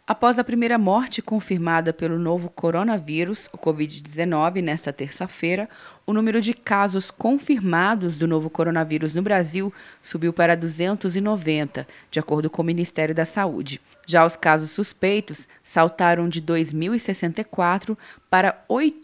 Após a primeira morte confirmada pelo novo coronavírus, o Covid-19, nesta terça-feira, o número de casos confirmados do novo coronavírus no Brasil subiu para 290, de acordo com o Ministério da Saúde. Já os casos suspeitos saltaram de 2.064 para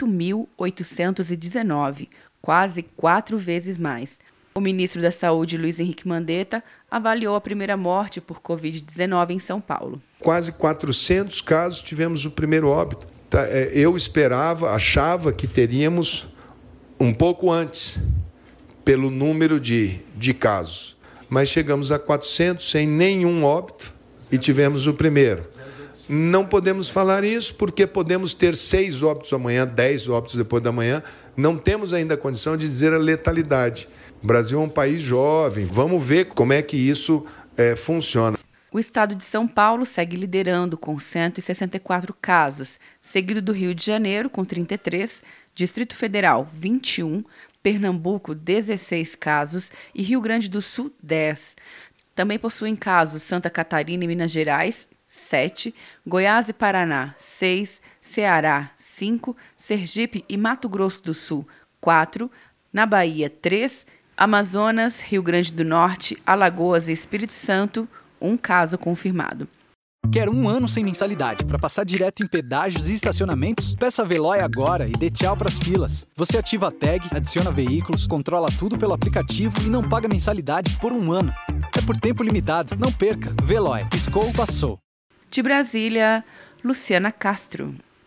8.819, quase 4 vezes mais. O ministro da Saúde, Luiz Henrique Mandetta, avaliou a primeira morte por Covid-19 em São Paulo. Quase 400 casos tivemos o primeiro óbito. Eu achava que teríamos um pouco antes, pelo número de casos. Mas chegamos a 400 sem nenhum óbito e tivemos o primeiro. Não podemos falar isso porque podemos ter 6 óbitos amanhã, 10 óbitos depois da manhã. Não temos ainda a condição de dizer a letalidade. O Brasil é um país jovem. Vamos ver como é que isso funciona. O estado de São Paulo segue liderando com 164 casos, seguido do Rio de Janeiro com 33, Distrito Federal 21, Pernambuco 16 casos e Rio Grande do Sul 10. Também possuem casos Santa Catarina e Minas Gerais 7, Goiás e Paraná 6, Ceará 5, Sergipe e Mato Grosso do Sul 4, na Bahia 3, Amazonas, Rio Grande do Norte, Alagoas e Espírito Santo, 1 caso confirmado. Quer 1 ano sem mensalidade para passar direto em pedágios e estacionamentos? Peça a Veloy agora e dê tchau pras filas. Você ativa a tag, adiciona veículos, controla tudo pelo aplicativo e não paga mensalidade por 1 ano. É por tempo limitado. Não perca. Veloy. Piscou, passou. De Brasília, Luciana Castro.